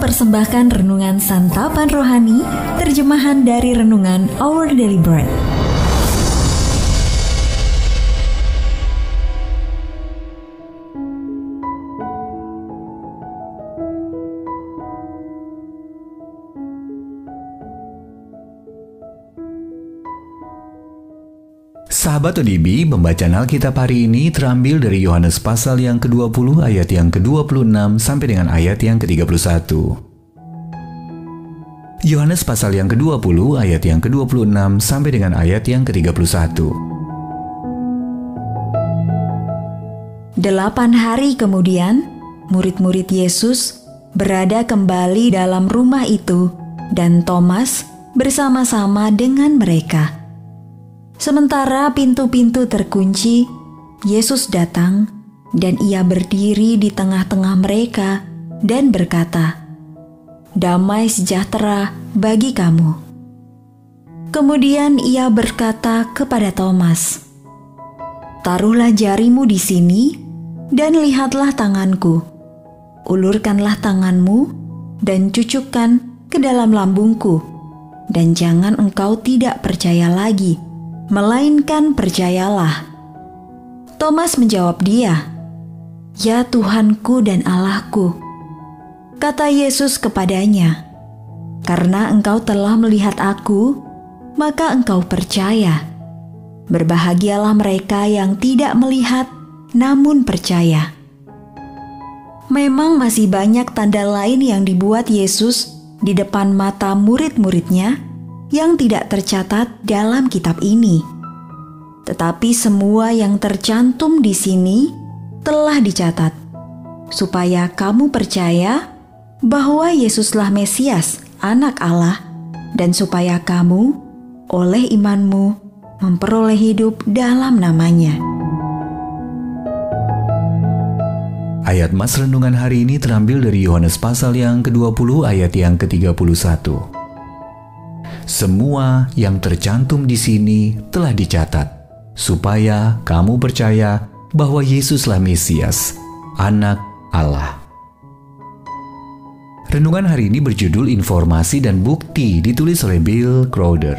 mempersembahkan renungan santapan rohani, terjemahan dari renungan Our Daily Bread. Sahabat ODB, pembacaan Alkitab hari ini terambil dari Yohanes pasal yang ke-20 ayat yang ke-26 sampai dengan ayat yang ke-31. Yohanes pasal yang ke-20 ayat yang ke-26 sampai dengan ayat yang ke-31. 8 hari kemudian, murid-murid Yesus berada kembali dalam rumah itu dan Thomas bersama-sama dengan mereka. Sementara pintu-pintu terkunci, Yesus datang dan ia berdiri di tengah-tengah mereka dan berkata, "Damai sejahtera bagi kamu." Kemudian ia berkata kepada Thomas, "Taruhlah jarimu di sini dan lihatlah tanganku. Ulurkanlah tanganmu dan cucukkan ke dalam lambungku, dan jangan engkau tidak percaya lagi, melainkan percayalah." Thomas menjawab dia, "Ya Tuhanku dan Allahku." Kata Yesus kepadanya, "Karena engkau telah melihat aku, maka engkau percaya. Berbahagialah mereka yang tidak melihat namun percaya." Memang masih banyak tanda lain yang dibuat Yesus di depan mata murid-muridnya yang tidak tercatat dalam kitab ini. Tetapi semua yang tercantum di sini telah dicatat, supaya kamu percaya bahwa Yesuslah Mesias, Anak Allah, dan supaya kamu, oleh imanmu, memperoleh hidup dalam namanya. Ayat Mas Renungan hari ini terambil dari Yohanes pasal yang ke-20 ayat yang ke-31. Semua yang tercantum di sini telah dicatat, supaya kamu percaya bahwa Yesuslah Mesias, Anak Allah. Renungan hari ini berjudul Informasi dan Bukti, ditulis oleh Bill Crowder.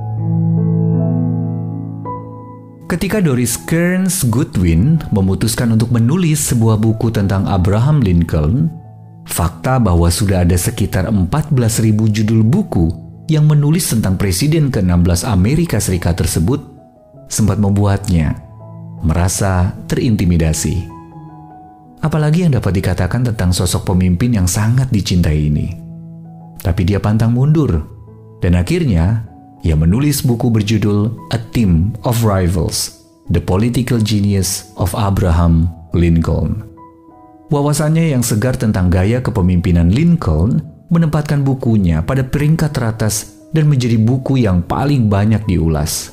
Ketika Doris Kearns Goodwin memutuskan untuk menulis sebuah buku tentang Abraham Lincoln, fakta bahwa sudah ada sekitar 14.000 judul buku yang menulis tentang Presiden ke-16 Amerika Serikat tersebut sempat membuatnya merasa terintimidasi. Apalagi yang dapat dikatakan tentang sosok pemimpin yang sangat dicintai ini. Tapi dia pantang mundur, dan akhirnya ia menulis buku berjudul A Team of Rivals, The Political Genius of Abraham Lincoln. Wawasannya yang segar tentang gaya kepemimpinan Lincoln menempatkan bukunya pada peringkat teratas dan menjadi buku yang paling banyak diulas.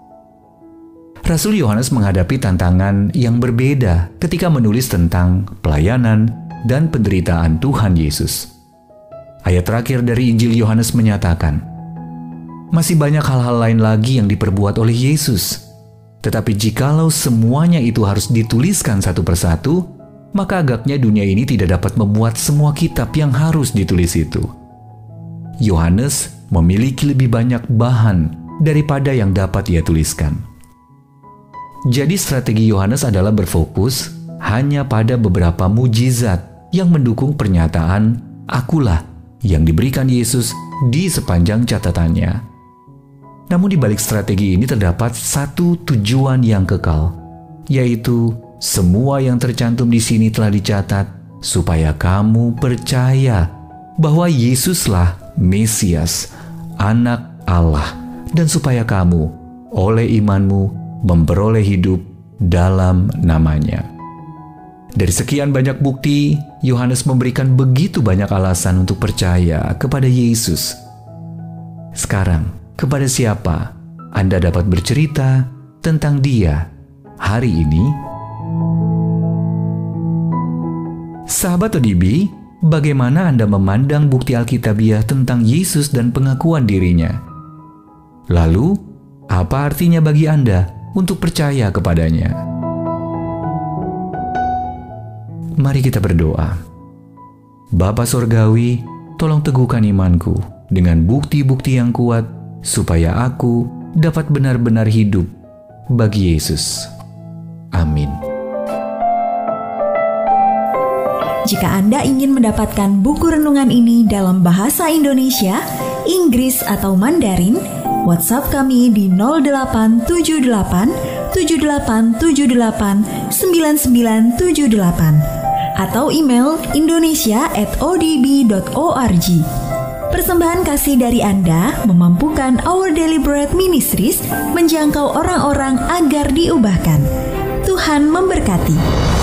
Rasul Yohanes menghadapi tantangan yang berbeda ketika menulis tentang pelayanan dan penderitaan Tuhan Yesus. Ayat terakhir dari Injil Yohanes menyatakan, "Masih banyak hal-hal lain lagi yang diperbuat oleh Yesus. Tetapi jikalau semuanya itu harus dituliskan satu persatu, maka agaknya dunia ini tidak dapat memuat semua kitab yang harus ditulis itu." Yohanes memiliki lebih banyak bahan daripada yang dapat ia tuliskan. Jadi strategi Yohanes adalah berfokus hanya pada beberapa mujizat yang mendukung pernyataan "Akulah" yang diberikan Yesus di sepanjang catatannya. Namun di balik strategi ini terdapat satu tujuan yang kekal, yaitu semua yang tercantum di sini telah dicatat supaya kamu percaya bahwa Yesuslah Mesias, Anak Allah, dan supaya kamu oleh imanmu memperoleh hidup dalam namanya. Dari sekian banyak bukti, Yohanes memberikan begitu banyak alasan untuk percaya kepada Yesus. Sekarang, kepada siapa Anda dapat bercerita tentang Dia hari ini? Sahabat ODB, bagaimana Anda memandang bukti Alkitabiah tentang Yesus dan pengakuan dirinya? Lalu, apa artinya bagi Anda untuk percaya kepadanya? Mari kita berdoa. Bapa Surgawi, tolong teguhkan imanku dengan bukti-bukti yang kuat supaya aku dapat benar-benar hidup bagi Yesus. Amin. Jika Anda ingin mendapatkan buku renungan ini dalam bahasa Indonesia, Inggris atau Mandarin, WhatsApp kami di 0878 7878 9978 atau email indonesia@odb.org. Persembahan kasih dari Anda memampukan Our Daily Bread Ministries menjangkau orang-orang agar diubahkan. Tuhan memberkati.